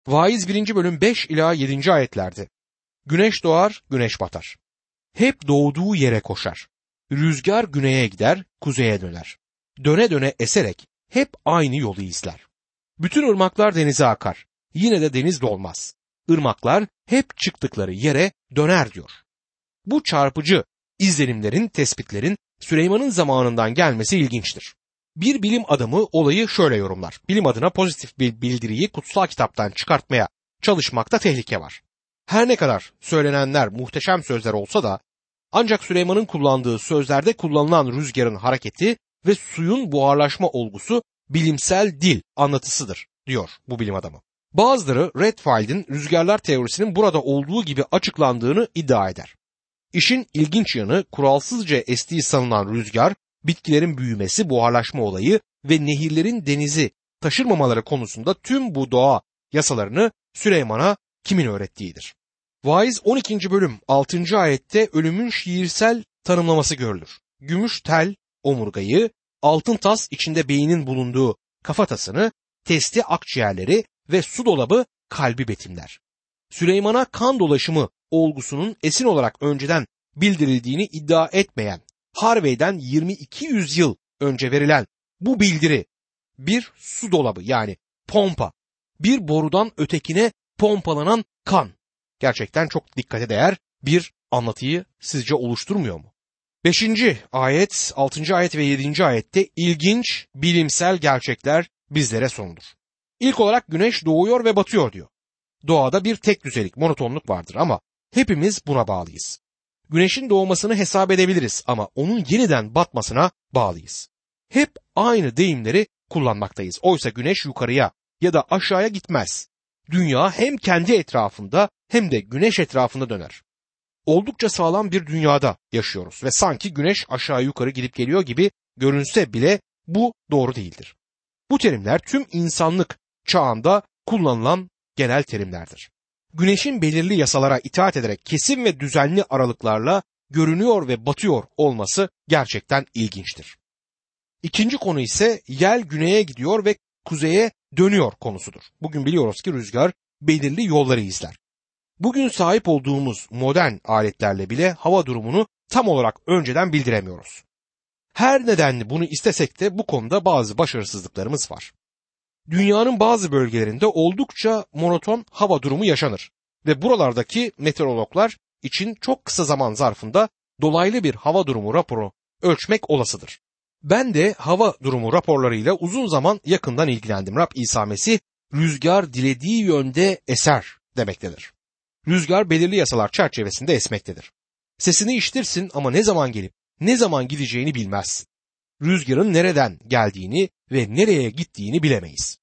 Vaiz 1. bölüm 5 ila 7. ayetlerde. Güneş doğar, güneş batar. Hep doğduğu yere koşar. Rüzgar güneye gider, kuzeye döner. Döne döne eserek hep aynı yolu izler. Bütün ırmaklar denize akar. Yine de deniz dolmaz. Irmaklar hep çıktıkları yere döner diyor. Bu çarpıcı izlenimlerin, tespitlerin Süleyman'ın zamanından gelmesi ilginçtir. Bir bilim adamı olayı şöyle yorumlar. Bilim adına pozitif bir bildiriyi kutsal kitaptan çıkartmaya çalışmakta tehlike var. Her ne kadar söylenenler muhteşem sözler olsa da ancak Süleyman'ın kullandığı sözlerde kullanılan rüzgarın hareketi ve suyun buharlaşma olgusu bilimsel dil anlatısıdır diyor bu bilim adamı. Bazıları Redfield'in rüzgarlar teorisinin burada olduğu gibi açıklandığını iddia eder. İşin ilginç yanı kuralsızca estiği sanılan rüzgar, bitkilerin büyümesi, buharlaşma olayı ve nehirlerin denizi taşırmamaları konusunda tüm bu doğa yasalarını Süleyman'a kimin öğrettiğidir. Vaiz 12. bölüm 6. ayette ölümün şiirsel tanımlaması görülür. Gümüş tel omurgayı, altın tas içinde beynin bulunduğu kafatasını, testi akciğerleri ve su dolabı kalbi betimler. Süleyman'a kan dolaşımı olgusunun esin olarak önceden bildirildiğini iddia etmeyen, Harvey'den 22 yüzyıl önce verilen bu bildiri bir su dolabı yani pompa, bir borudan ötekine pompalanan kan. Gerçekten çok dikkate değer bir anlatıyı sizce oluşturmuyor mu? 5. ayet, 6. ayet ve 7. ayette ilginç bilimsel gerçekler bizlere sunulur. İlk olarak güneş doğuyor ve batıyor diyor. Doğada bir tek düzelik, monotonluk vardır ama hepimiz buna bağlıyız. Güneşin doğmasını hesap edebiliriz ama onun yeniden batmasına bağlıyız. Hep aynı deyimleri kullanmaktayız. Oysa güneş yukarıya ya da aşağıya gitmez. Dünya hem kendi etrafında hem de güneş etrafında döner. Oldukça sağlam bir dünyada yaşıyoruz ve sanki güneş aşağı yukarı gidip geliyor gibi görünse bile bu doğru değildir. Bu terimler tüm insanlık çağında kullanılan genel terimlerdir. Güneşin belirli yasalara itaat ederek kesin ve düzenli aralıklarla görünüyor ve batıyor olması gerçekten ilginçtir. İkinci konu ise yel güneye gidiyor ve kuzeye dönüyor konusudur. Bugün biliyoruz ki rüzgar belirli yolları izler. Bugün sahip olduğumuz modern aletlerle bile hava durumunu tam olarak önceden bildiremiyoruz. Her nedenle bunu istesek de bu konuda bazı başarısızlıklarımız var. Dünyanın bazı bölgelerinde oldukça monoton hava durumu yaşanır ve buralardaki meteorologlar için çok kısa zaman zarfında dolaylı bir hava durumu raporu ölçmek olasıdır. Ben de hava durumu raporlarıyla uzun zaman yakından ilgilendim. Rab İsa Mesih rüzgar dilediği yönde eser demektedir. Rüzgar belirli yasalar çerçevesinde esmektedir. Sesini işitirsin ama ne zaman gelip ne zaman gideceğini bilmezsin. Rüzgarın nereden geldiğini ve nereye gittiğini bilemeyiz.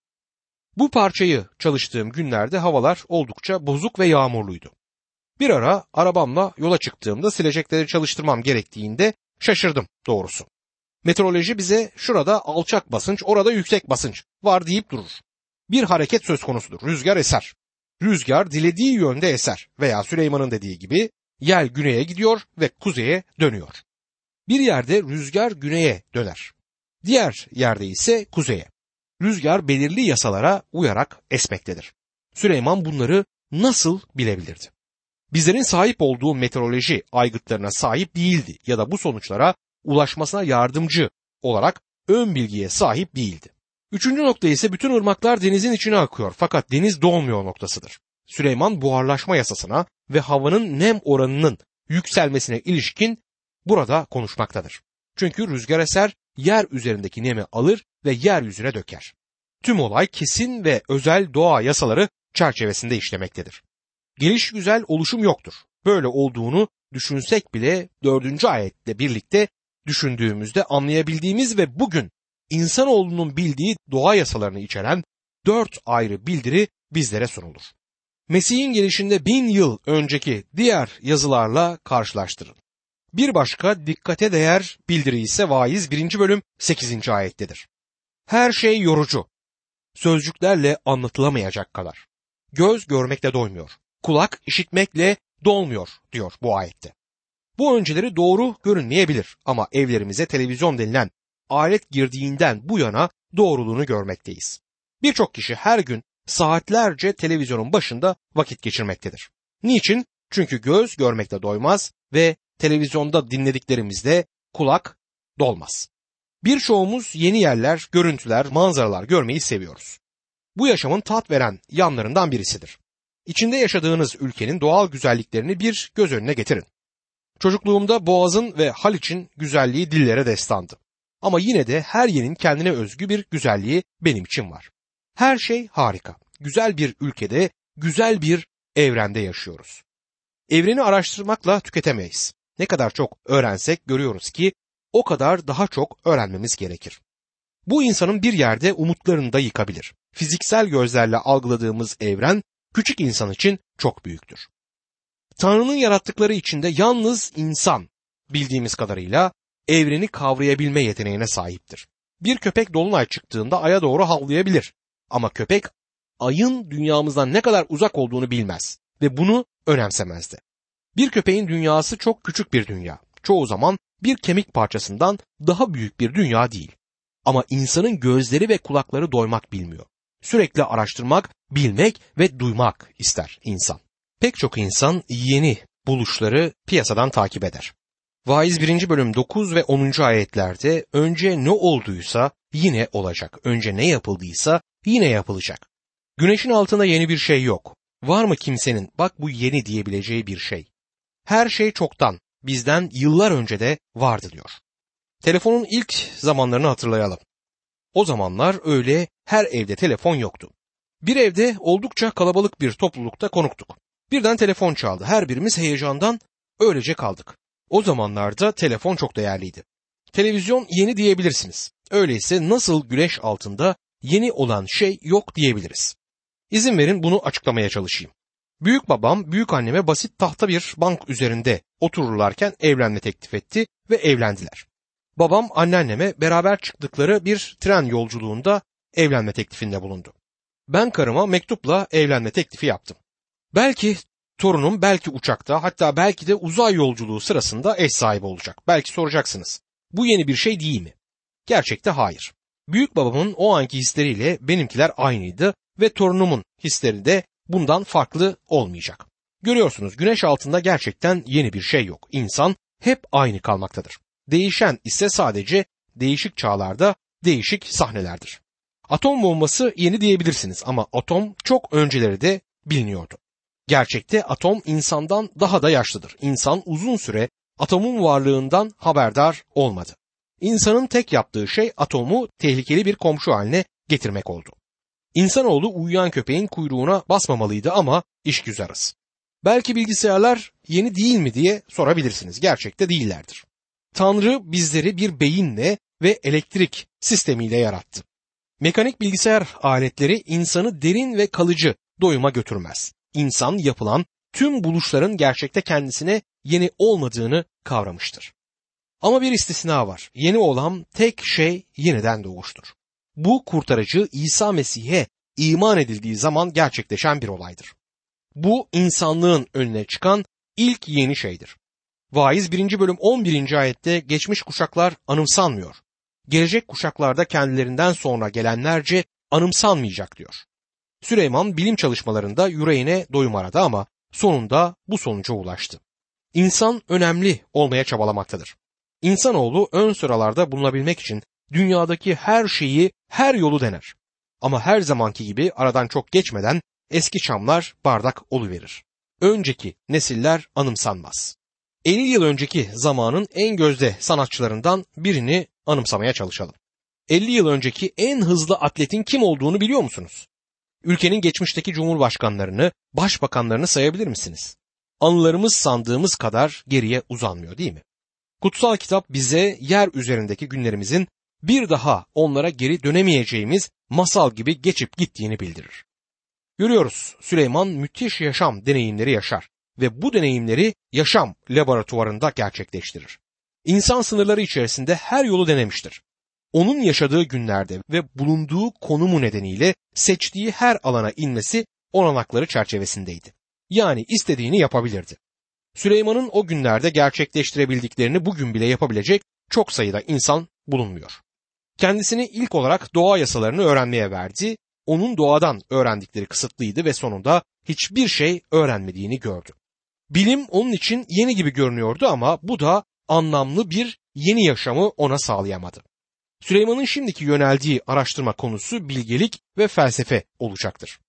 Bu parçayı çalıştığım günlerde havalar oldukça bozuk ve yağmurluydu. Bir ara arabamla yola çıktığımda silecekleri çalıştırmam gerektiğinde şaşırdım doğrusu. Meteoroloji bize şurada alçak basınç, orada yüksek basınç var deyip durur. Bir hareket söz konusudur. Rüzgar eser. Rüzgar dilediği yönde eser veya Süleyman'ın dediği gibi yel güneye gidiyor ve kuzeye dönüyor. Bir yerde rüzgar güneye döner. Diğer yerde ise kuzeye. Rüzgar belirli yasalara uyarak esmektedir. Süleyman bunları nasıl bilebilirdi? Bizlerin sahip olduğu meteoroloji aygıtlarına sahip değildi ya da bu sonuçlara ulaşmasına yardımcı olarak ön bilgiye sahip değildi. Üçüncü nokta ise bütün ırmaklar denizin içine akıyor fakat deniz dolmuyor noktasıdır. Süleyman buharlaşma yasasına ve havanın nem oranının yükselmesine ilişkin burada konuşmaktadır. Çünkü rüzgar eser, yer üzerindeki nemi alır ve yeryüzüne döker. Tüm olay kesin ve özel doğa yasaları çerçevesinde işlemektedir. Gelişgüzel oluşum yoktur. Böyle olduğunu düşünsek bile 4. ayetle birlikte düşündüğümüzde anlayabildiğimiz ve bugün insanoğlunun bildiği doğa yasalarını içeren 4 ayrı bildiri bizlere sunulur. Mesih'in gelişinde 1000 yıl önceki diğer yazılarla karşılaştırın. Bir başka dikkate değer bildiri ise Vaiz 1. bölüm 8. ayettedir. Her şey yorucu, sözcüklerle anlatılamayacak kadar. Göz görmekle doymuyor, kulak işitmekle dolmuyor diyor bu ayette. Bu önceleri doğru görünmeyebilir ama evlerimize televizyon denilen alet girdiğinden bu yana doğruluğunu görmekteyiz. Birçok kişi her gün saatlerce televizyonun başında vakit geçirmektedir. Niçin? Çünkü göz görmekte doymaz ve televizyonda dinlediklerimizde kulak dolmaz. Birçoğumuz yeni yerler, görüntüler, manzaralar görmeyi seviyoruz. Bu yaşamın tat veren yanlarından birisidir. İçinde yaşadığınız ülkenin doğal güzelliklerini bir göz önüne getirin. Çocukluğumda Boğaz'ın ve Haliç'in güzelliği dillere destandı. Ama yine de her yerin kendine özgü bir güzelliği benim için var. Her şey harika. Güzel bir ülkede, güzel bir evrende yaşıyoruz. Evreni araştırmakla tüketemeyiz. Ne kadar çok öğrensek görüyoruz ki o kadar daha çok öğrenmemiz gerekir. Bu insanın bir yerde umutlarını da yıkabilir. Fiziksel gözlerle algıladığımız evren küçük insan için çok büyüktür. Tanrı'nın yarattıkları içinde yalnız insan bildiğimiz kadarıyla evreni kavrayabilme yeteneğine sahiptir. Bir köpek dolunay çıktığında aya doğru havlayabilir. Ama köpek ayın dünyamızdan ne kadar uzak olduğunu bilmez ve bunu önemsemezdi. Bir köpeğin dünyası çok küçük bir dünya. Çoğu zaman bir kemik parçasından daha büyük bir dünya değil. Ama insanın gözleri ve kulakları doymak bilmiyor. Sürekli araştırmak, bilmek ve duymak ister insan. Pek çok insan yeni buluşları piyasadan takip eder. Vaiz 1. bölüm 9 ve 10. ayetlerde önce ne olduysa yine olacak. Önce ne yapıldıysa yine yapılacak. Güneşin altında yeni bir şey yok. Var mı kimsenin bak bu yeni diyebileceği bir şey? Her şey çoktan bizden yıllar önce de vardı diyor. Telefonun ilk zamanlarını hatırlayalım. O zamanlar öyle her evde telefon yoktu. Bir evde oldukça kalabalık bir toplulukta konuktuk. Birden telefon çaldı. Her birimiz heyecandan öylece kaldık. O zamanlarda telefon çok değerliydi. Televizyon yeni diyebilirsiniz. Öyleyse nasıl güneş altında yeni olan şey yok diyebiliriz. İzin verin bunu açıklamaya çalışayım. Büyük babam büyük anneme basit tahta bir bank üzerinde otururlarken evlenme teklif etti ve evlendiler. Babam anneanneme beraber çıktıkları bir tren yolculuğunda evlenme teklifinde bulundu. Ben karıma mektupla evlenme teklifi yaptım. Belki torunum belki uçakta hatta belki de uzay yolculuğu sırasında eş sahibi olacak. Belki soracaksınız. Bu yeni bir şey değil mi? Gerçekte hayır. Büyük babamın o anki hisleriyle benimkiler aynıydı ve torunumun hisleri de bundan farklı olmayacak. Görüyorsunuz güneş altında gerçekten yeni bir şey yok. İnsan hep aynı kalmaktadır. Değişen ise sadece değişik çağlarda değişik sahnelerdir. Atom bombası yeni diyebilirsiniz ama atom çok önceleri de biliniyordu. Gerçekte atom insandan daha da yaşlıdır. İnsan uzun süre atomun varlığından haberdar olmadı. İnsanın tek yaptığı şey atomu tehlikeli bir komşu haline getirmek oldu. İnsanoğlu uyuyan köpeğin kuyruğuna basmamalıydı ama işgüzarız. Belki bilgisayarlar yeni değil mi diye sorabilirsiniz. Gerçekte değillerdir. Tanrı bizleri bir beyinle ve elektrik sistemiyle yarattı. Mekanik bilgisayar aletleri insanı derin ve kalıcı doyuma götürmez. İnsan yapılan tüm buluşların gerçekte kendisine yeni olmadığını kavramıştır. Ama bir istisna var. Yeni olan tek şey yeniden doğuştur. Bu kurtarıcı İsa Mesih'e iman edildiği zaman gerçekleşen bir olaydır. Bu insanlığın önüne çıkan ilk yeni şeydir. Vaiz 1. bölüm 11. ayette geçmiş kuşaklar anımsanmıyor. Gelecek kuşaklarda kendilerinden sonra gelenlerce anımsanmayacak diyor. Süleyman bilim çalışmalarında yüreğine doyum aradı ama sonunda bu sonuca ulaştı. İnsan önemli olmaya çabalamaktadır. İnsanoğlu ön sıralarda bulunabilmek için dünyadaki her şeyi, her yolu dener. Ama her zamanki gibi aradan çok geçmeden eski çamlar bardak oluverir. Önceki nesiller anımsanmaz. 50 yıl önceki zamanın en gözde sanatçılarından birini anımsamaya çalışalım. 50 yıl önceki en hızlı atletin kim olduğunu biliyor musunuz? Ülkenin geçmişteki cumhurbaşkanlarını, başbakanlarını sayabilir misiniz? Anılarımız sandığımız kadar geriye uzanmıyor değil mi? Kutsal kitap bize yer üzerindeki günlerimizin bir daha onlara geri dönemeyeceğimiz masal gibi geçip gittiğini bildirir. Görüyoruz, Süleyman müthiş yaşam deneyimleri yaşar ve bu deneyimleri yaşam laboratuvarında gerçekleştirir. İnsan sınırları içerisinde her yolu denemiştir. Onun yaşadığı günlerde ve bulunduğu konumu nedeniyle seçtiği her alana inmesi olanakları çerçevesindeydi. Yani istediğini yapabilirdi. Süleyman'ın o günlerde gerçekleştirebildiklerini bugün bile yapabilecek çok sayıda insan bulunmuyor. Kendisini ilk olarak doğa yasalarını öğrenmeye verdi, onun doğadan öğrendikleri kısıtlıydı ve sonunda hiçbir şey öğrenmediğini gördü. Bilim onun için yeni gibi görünüyordu ama bu da anlamlı bir yeni yaşamı ona sağlayamadı. Süleyman'ın şimdiki yöneldiği araştırma konusu bilgelik ve felsefe olacaktır.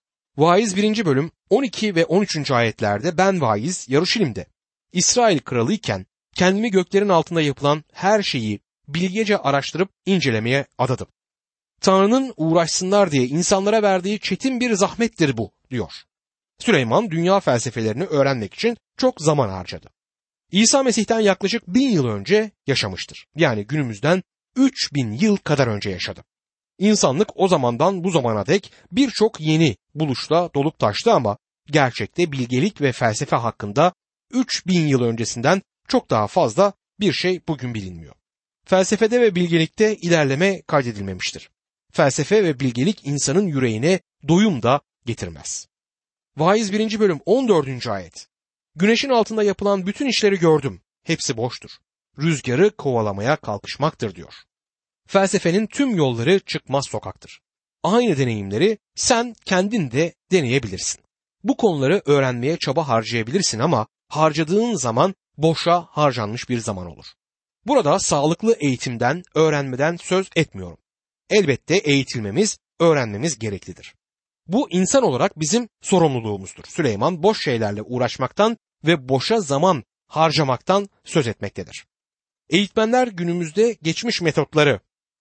Vaiz 1. bölüm 12 ve 13. ayetlerde ben vaiz Yaruşilim'de İsrail kralı iken kendimi göklerin altında yapılan her şeyi bilgece araştırıp incelemeye adadım. Tanrı'nın uğraşsınlar diye insanlara verdiği çetin bir zahmettir bu diyor. Süleyman dünya felsefelerini öğrenmek için çok zaman harcadı. İsa Mesih'ten yaklaşık 1000 yıl önce yaşamıştır. Yani günümüzden 3000 yıl kadar önce yaşadı. İnsanlık o zamandan bu zamana dek birçok yeni buluşla dolup taştı ama gerçekte bilgelik ve felsefe hakkında 3000 yıl öncesinden çok daha fazla bir şey bugün bilinmiyor. Felsefede ve bilgelikte ilerleme kaydedilmemiştir. Felsefe ve bilgelik insanın yüreğine doyum da getirmez. Vaiz 1. bölüm 14. ayet. Güneşin altında yapılan bütün işleri gördüm. Hepsi boştur. Rüzgarı kovalamaya kalkışmaktır diyor. Felsefenin tüm yolları çıkmaz sokaktır. Aynı deneyimleri sen kendin de deneyebilirsin. Bu konuları öğrenmeye çaba harcayabilirsin ama harcadığın zaman boşa harcanmış bir zaman olur. Burada sağlıklı eğitimden, öğrenmeden söz etmiyorum. Elbette eğitilmemiz, öğrenmemiz gereklidir. Bu insan olarak bizim sorumluluğumuzdur. Süleyman boş şeylerle uğraşmaktan ve boşa zaman harcamaktan söz etmektedir. Eğitmenler günümüzde geçmiş metotları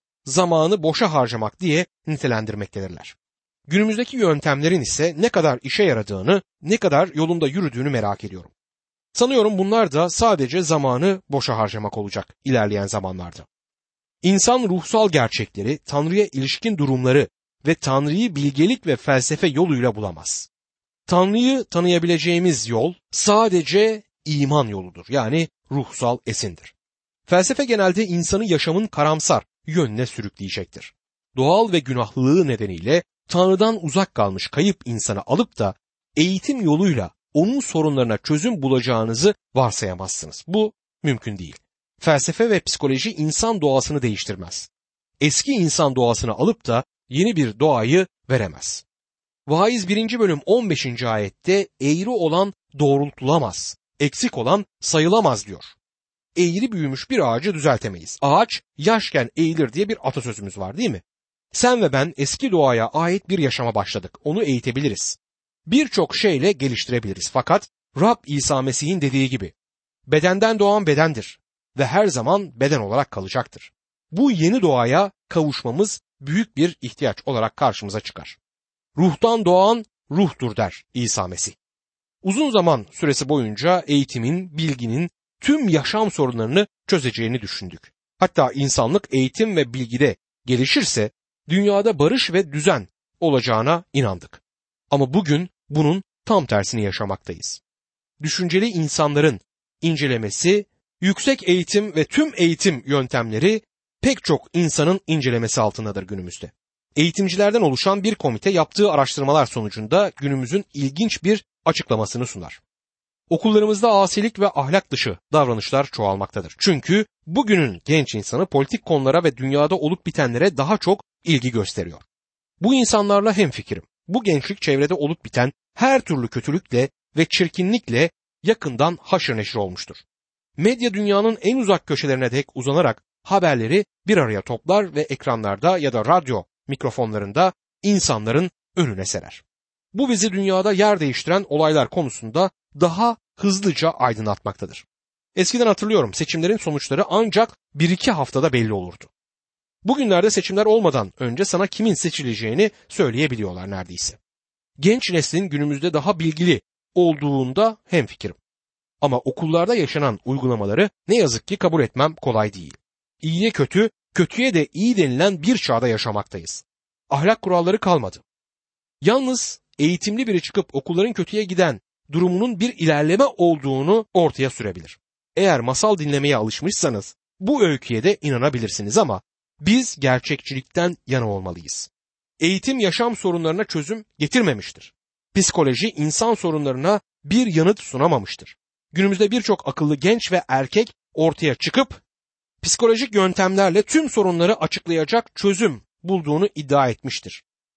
zamanı boşa harcamak diye nitelendirmektedirler. Günümüzdeki yöntemlerin ise ne kadar işe yaradığını, ne kadar yolunda yürüdüğünü merak ediyorum. Sanıyorum bunlar da sadece zamanı boşa harcamak olacak ilerleyen zamanlarda. İnsan ruhsal gerçekleri, Tanrı'ya ilişkin durumları ve Tanrı'yı bilgelik ve felsefe yoluyla bulamaz. Tanrı'yı tanıyabileceğimiz yol sadece iman yoludur. Yani ruhsal esindir. Felsefe genelde insanı yaşamın karamsar yönüne sürükleyecektir. Doğal ve günahlılığı nedeniyle Tanrı'dan uzak kalmış kayıp insanı alıp da eğitim yoluyla onun sorunlarına çözüm bulacağınızı varsayamazsınız. Bu mümkün değil. Felsefe ve psikoloji insan doğasını değiştirmez. Eski insan doğasını alıp da yeni bir doğayı veremez. Vaiz 1. bölüm 15. ayette eğri olan doğrultulamaz, eksik olan sayılamaz diyor. Eğri büyümüş bir ağacı düzeltemeyiz. Ağaç yaşken eğilir diye bir atasözümüz var değil mi? Sen ve ben eski doğaya ait bir yaşama başladık. Onu eğitebiliriz. Birçok şeyle geliştirebiliriz. Fakat Rab İsa Mesih'in dediği gibi bedenden doğan bedendir ve her zaman beden olarak kalacaktır. Bu yeni doğaya kavuşmamız büyük bir ihtiyaç olarak karşımıza çıkar. Ruhtan doğan ruhtur der İsa Mesih. Uzun zaman süresi boyunca eğitimin, bilginin tüm yaşam sorunlarını çözeceğini düşündük. Hatta insanlık eğitim ve bilgide gelişirse dünyada barış ve düzen olacağına inandık. Ama bugün bunun tam tersini yaşamaktayız. Düşünceli insanların incelemesi, yüksek eğitim ve tüm eğitim yöntemleri pek çok insanın incelemesi altındadır günümüzde. Eğitimcilerden oluşan bir komite yaptığı araştırmalar sonucunda günümüzün ilginç bir açıklamasını sunar. Okullarımızda asilik ve ahlak dışı davranışlar çoğalmaktadır. Çünkü bugünün genç insanı politik konulara ve dünyada olup bitenlere daha çok ilgi gösteriyor. Bu insanlarla hemfikirim. Bu gençlik çevrede olup biten her türlü kötülükle ve çirkinlikle yakından haşır neşir olmuştur. Medya dünyanın en uzak köşelerine dek uzanarak haberleri bir araya toplar ve ekranlarda ya da radyo mikrofonlarında insanların önüne serer. Bu bizi dünyada yer değiştiren olaylar konusunda daha hızlıca aydınlatmaktadır. Eskiden hatırlıyorum, seçimlerin sonuçları ancak 1-2 haftada belli olurdu. Bugünlerde seçimler olmadan önce sana kimin seçileceğini söyleyebiliyorlar neredeyse. Genç neslin günümüzde daha bilgili olduğunda hemfikirim. Ama okullarda yaşanan uygulamaları ne yazık ki kabul etmem kolay değil. İyiye kötü, kötüye de iyi denilen bir çağda yaşamaktayız. Ahlak kuralları kalmadı. Yalnız eğitimli biri çıkıp okulların kötüye giden durumunun bir ilerleme olduğunu ortaya sürebilir. Eğer masal dinlemeye alışmışsanız bu öyküye de inanabilirsiniz ama biz gerçekçilikten yana olmalıyız. Eğitim yaşam sorunlarına çözüm getirmemiştir. Psikoloji insan sorunlarına bir yanıt sunamamıştır. Günümüzde birçok akıllı genç ve erkek ortaya çıkıp psikolojik yöntemlerle tüm sorunları açıklayacak çözüm bulduğunu iddia etmiştir.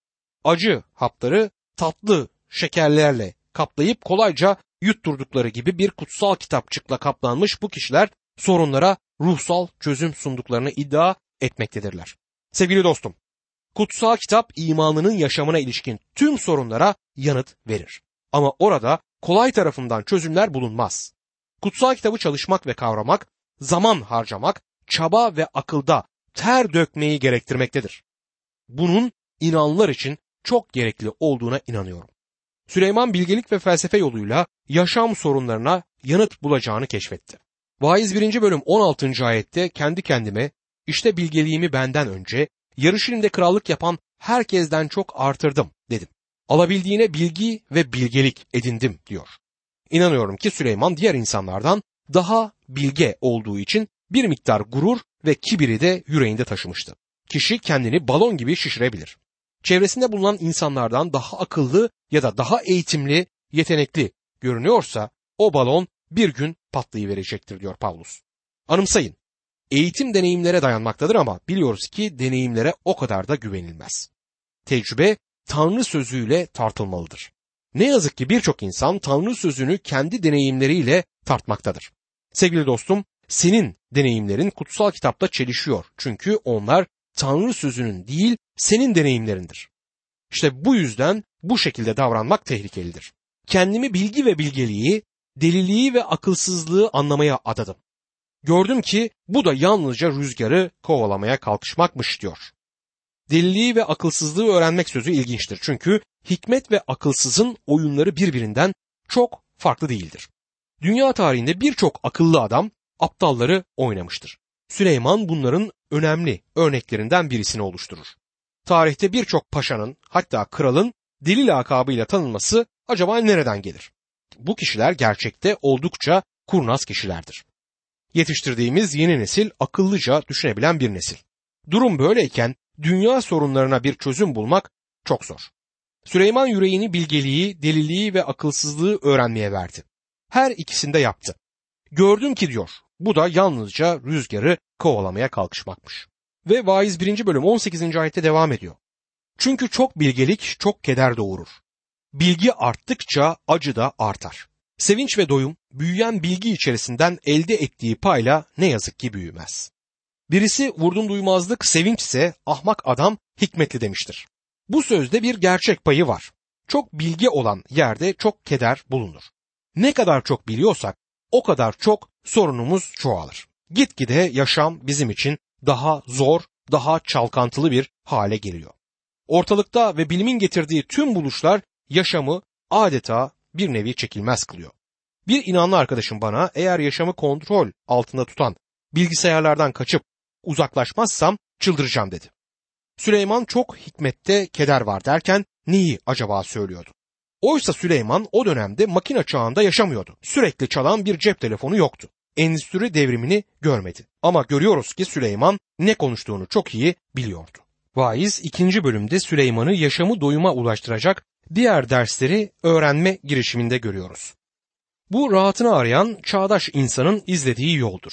acı hapları tatlı şekerlerle kaplayıp kolayca yutturdukları gibi bir kutsal kitapçıkla kaplanmış bu kişiler sorunlara ruhsal çözüm sunduklarını iddia etmektedirler. Sevgili dostum, kutsal kitap imanının yaşamına ilişkin tüm sorunlara yanıt verir. Ama orada kolay tarafından çözümler bulunmaz. Kutsal kitabı çalışmak ve kavramak, zaman harcamak, çaba ve akılda ter dökmeyi gerektirmektedir. Bunun inananlar için çok gerekli olduğuna inanıyorum. Süleyman bilgelik ve felsefe yoluyla yaşam sorunlarına yanıt bulacağını keşfetti. Vaiz 1. bölüm 16. ayette kendi kendime işte bilgeliğimi benden önce Yarışilim'de krallık yapan herkesten çok artırdım dedim. Alabildiğine bilgi ve bilgelik edindim diyor. İnanıyorum ki Süleyman diğer insanlardan daha bilge olduğu için bir miktar gurur ve kibiri de yüreğinde taşımıştı. Kişi kendini balon gibi şişirebilir. Çevresinde bulunan insanlardan daha akıllı ya da daha eğitimli, yetenekli görünüyorsa o balon bir gün patlayıverecektir diyor Pavlus. Anımsayın, eğitim deneyimlere dayanmaktadır ama biliyoruz ki deneyimlere o kadar da güvenilmez. Tecrübe Tanrı sözüyle tartılmalıdır. Ne yazık ki birçok insan Tanrı sözünü kendi deneyimleriyle tartmaktadır. Sevgili dostum, senin deneyimlerin kutsal kitapta çelişiyor. Çünkü onlar Tanrı sözünün değil, senin deneyimlerindir. İşte bu yüzden bu şekilde davranmak tehlikelidir. Kendimi bilgi ve bilgeliği, deliliği ve akılsızlığı anlamaya adadım. Gördüm ki bu da yalnızca rüzgarı kovalamaya kalkışmakmış diyor. Deliliği ve akılsızlığı öğrenmek sözü ilginçtir. Çünkü hikmet ve akılsızın oyunları birbirinden çok farklı değildir. Dünya tarihinde birçok akıllı adam aptalları oynamıştır. Süleyman bunların önemli örneklerinden birisini oluşturur. Tarihte birçok paşanın hatta kralın deli lakabıyla tanınması acaba nereden gelir? Bu kişiler gerçekte oldukça kurnaz kişilerdir. Yetiştirdiğimiz yeni nesil akıllıca düşünebilen bir nesil. Durum böyleyken dünya sorunlarına bir çözüm bulmak çok zor. Süleyman yüreğini bilgeliği, deliliği ve akılsızlığı öğrenmeye verdi. Her ikisini de yaptı. Gördüm ki diyor, bu da yalnızca rüzgarı kovalamaya kalkışmakmış. Ve Vaiz 1. bölüm 18. ayette devam ediyor. Çünkü çok bilgelik çok keder doğurur. Bilgi arttıkça acı da artar. Sevinç ve doyum büyüyen bilgi içerisinden elde ettiği payla ne yazık ki büyümez. Birisi vurdum duymazlık sevinçse ahmak adam hikmetli demiştir. Bu sözde bir gerçek payı var. Çok bilgi olan yerde çok keder bulunur. Ne kadar çok biliyorsak o kadar çok sorunumuz çoğalır. Gitgide yaşam bizim için daha zor, daha çalkantılı bir hale geliyor. Ortalıkta ve bilimin getirdiği tüm buluşlar yaşamı adeta bir nevi çekilmez kılıyor. Bir inanlı arkadaşım bana eğer yaşamı kontrol altında tutan bilgisayarlardan kaçıp uzaklaşmazsam çıldıracağım dedi. Süleyman çok hikmette keder var derken neyi acaba söylüyordu? Oysa Süleyman o dönemde makine çağında yaşamıyordu. Sürekli çalan bir cep telefonu yoktu. Endüstri devrimini görmedi. Ama görüyoruz ki Süleyman ne konuştuğunu çok iyi biliyordu. Vaiz 2. bölümde Süleyman'ı yaşamı doyuma ulaştıracak diğer dersleri öğrenme girişiminde görüyoruz. Bu rahatını arayan çağdaş insanın izlediği yoldur.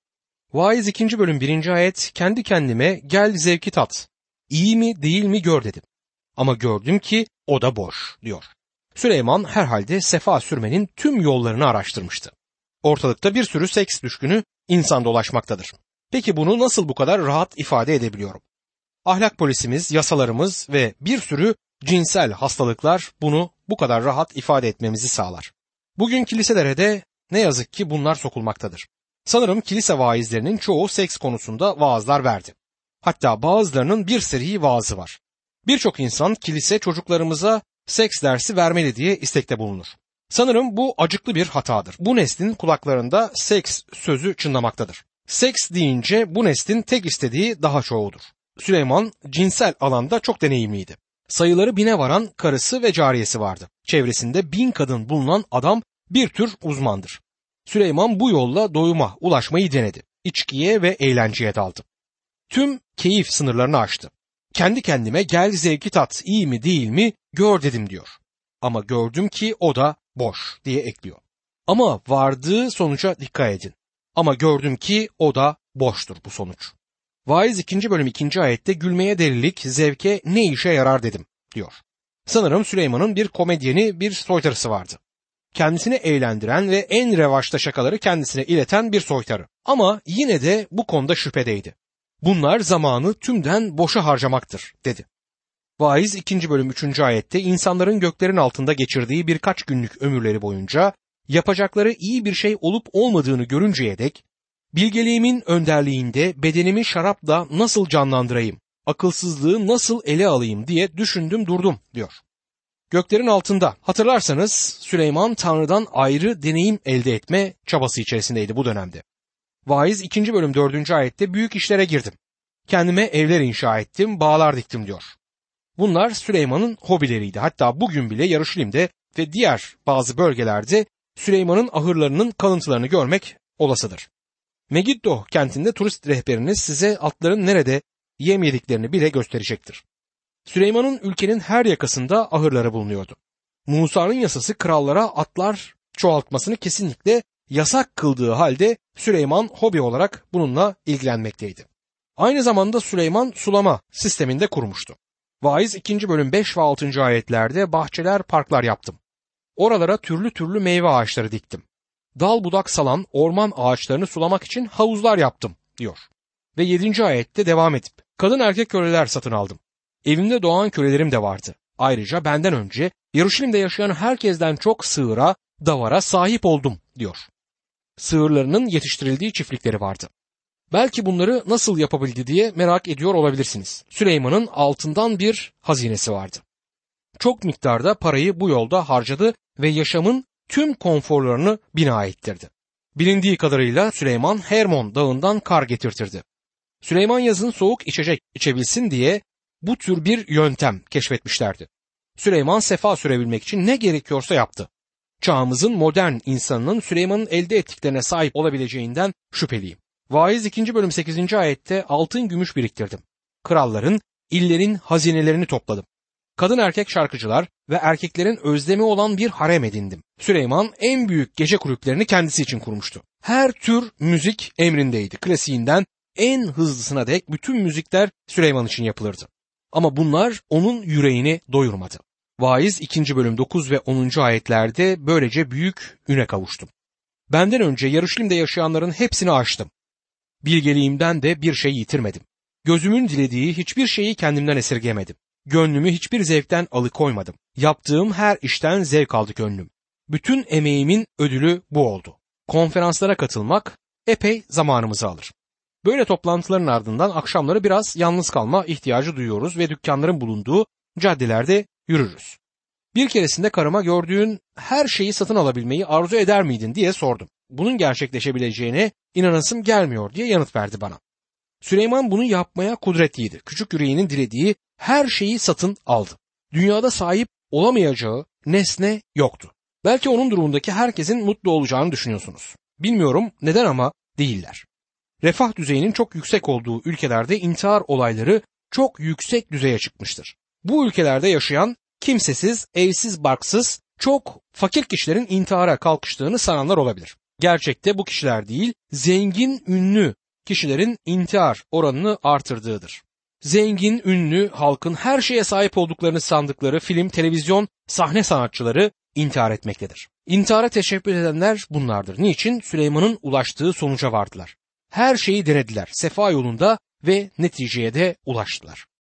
Vaiz 2. bölüm 1. ayet kendi kendime gel zevki tat, iyi mi değil mi gör dedim. Ama gördüm ki o da boş diyor. Süleyman herhalde sefa sürmenin tüm yollarını araştırmıştı. Ortalıkta bir sürü seks düşkünü insan dolaşmaktadır. Peki bunu nasıl bu kadar rahat ifade edebiliyorum? Ahlak polisimiz, yasalarımız ve bir sürü cinsel hastalıklar bunu bu kadar rahat ifade etmemizi sağlar. Bugün kiliselere de ne yazık ki bunlar sokulmaktadır. Sanırım kilise vaizlerinin çoğu seks konusunda vaazlar verdi. Hatta bazılarının bir seri vaazı var. Birçok insan kilise çocuklarımıza seks dersi vermeli diye istekte bulunur. Sanırım bu acıklı bir hatadır. Bu neslin kulaklarında seks sözü çınlamaktadır. Seks deyince bu neslin tek istediği daha çoğudur. Süleyman cinsel alanda çok deneyimliydi. Sayıları 1000'e varan karısı ve cariyesi vardı. Çevresinde 1000 kadın bulunan adam bir tür uzmandır. Süleyman bu yolla doyuma ulaşmayı denedi. İçkiye ve eğlenceye daldı. Tüm keyif sınırlarını aştı. Kendi kendime gel zevki tat, iyi mi değil mi gör dedim diyor. Ama gördüm ki o da boş diye ekliyor. Ama vardığı sonuca dikkat edin. Ama gördüm ki o da boştur bu sonuç. Vaiz 2. bölüm 2. ayette gülmeye delilik, zevke ne işe yarar dedim. diyor. Sanırım Süleyman'ın bir komedyeni, bir soytarısı vardı. Kendisini eğlendiren ve en revaçta şakaları kendisine ileten bir soytarı. Ama yine de bu konuda şüphedeydi. Bunlar zamanı tümden boşa harcamaktır dedi. Vaiz 2. bölüm 3. ayette insanların göklerin altında geçirdiği birkaç günlük ömürleri boyunca yapacakları iyi bir şey olup olmadığını görünceye dek bilgeliğimin önderliğinde bedenimi şarapla nasıl canlandırayım, akılsızlığı nasıl ele alayım diye düşündüm durdum diyor. Göklerin altında hatırlarsanız Süleyman Tanrı'dan ayrı deneyim elde etme çabası içerisindeydi bu dönemde. Vaiz 2. bölüm 4. ayette büyük işlere girdim. Kendime evler inşa ettim, bağlar diktim diyor. Bunlar Süleyman'ın hobileriydi. Hatta bugün bile Yaruşilim'de ve diğer bazı bölgelerde Süleyman'ın ahırlarının kalıntılarını görmek olasıdır. Megiddo kentinde turist rehberiniz size atların nerede yem yediklerini bile gösterecektir. Süleyman'ın ülkenin her yakasında ahırları bulunuyordu. Musa'nın yasası krallara atlar çoğaltmasını kesinlikle yasak kıldığı halde Süleyman hobi olarak bununla ilgilenmekteydi. Aynı zamanda Süleyman sulama sisteminde kurmuştu. Vaiz 2. bölüm 5 ve 6. ayetlerde bahçeler, parklar yaptım. Oralara türlü türlü meyve ağaçları diktim. Dal budak salan orman ağaçlarını sulamak için havuzlar yaptım diyor. Ve 7. ayette devam edip kadın erkek köleler satın aldım. Evimde doğan kölelerim de vardı. Ayrıca benden önce Yaruşilim'de yaşayan herkesten çok sığıra, davara sahip oldum diyor. Sığırlarının yetiştirildiği çiftlikleri vardı. Belki bunları nasıl yapabildi diye merak ediyor olabilirsiniz. Süleyman'ın altından bir hazinesi vardı. Çok miktarda parayı bu yolda harcadı ve yaşamın tüm konforlarını bina ettirdi. Bilindiği kadarıyla Süleyman Hermon dağından kar getirtirdi. Süleyman yazın soğuk içecek içebilsin diye bu tür bir yöntem keşfetmişlerdi. Süleyman sefa sürebilmek için ne gerekiyorsa yaptı. Çağımızın modern insanının Süleyman'ın elde ettiklerine sahip olabileceğinden şüpheliyim. Vaiz 2. bölüm 8. ayette altın gümüş biriktirdim. Kralların, illerin hazinelerini topladım. Kadın erkek şarkıcılar ve erkeklerin özlemi olan bir harem edindim. Süleyman en büyük gece kulüplerini kendisi için kurmuştu. Her tür müzik emrindeydi. Klasiğinden en hızlısına dek bütün müzikler Süleyman için yapılırdı. Ama bunlar onun yüreğini doyurmadı. Vaiz 2. bölüm 9 ve 10. ayetlerde böylece büyük üne kavuştum. Benden önce Yaruşilim'de yaşayanların hepsini aştım. Bilgeliğimden de bir şey yitirmedim. Gözümün dilediği hiçbir şeyi kendimden esirgemedim. Gönlümü hiçbir zevkten alıkoymadım. Yaptığım her işten zevk aldı gönlüm. Bütün emeğimin ödülü bu oldu. Konferanslara katılmak epey zamanımızı alır. Böyle toplantıların ardından akşamları biraz yalnız kalma ihtiyacı duyuyoruz ve dükkanların bulunduğu caddelerde yürürüz. Bir keresinde karıma gördüğün her şeyi satın alabilmeyi arzu eder miydin diye sordum. Bunun gerçekleşebileceğine inanasım gelmiyor diye yanıt verdi bana. Süleyman bunu yapmaya kudretliydi. Küçük yüreğinin dilediği her şeyi satın aldı. Dünyada sahip olamayacağı nesne yoktu. Belki onun durumundaki herkesin mutlu olacağını düşünüyorsunuz. Bilmiyorum neden ama değiller. Refah düzeyinin çok yüksek olduğu ülkelerde intihar olayları çok yüksek düzeye çıkmıştır. Bu ülkelerde yaşayan kimsesiz, evsiz, barksız, çok fakir kişilerin intihara kalkıştığını sananlar olabilir. Gerçekte bu kişiler değil, zengin, ünlü kişilerin intihar oranını artırdığıdır. Zengin, ünlü halkın her şeye sahip olduklarını sandıkları film, televizyon, sahne sanatçıları intihar etmektedir. İntihara teşebbüs edenler bunlardır. Niçin? Süleyman'ın ulaştığı sonuca vardılar. Her şeyi denediler, sefa yolunda ve neticeye de ulaştılar.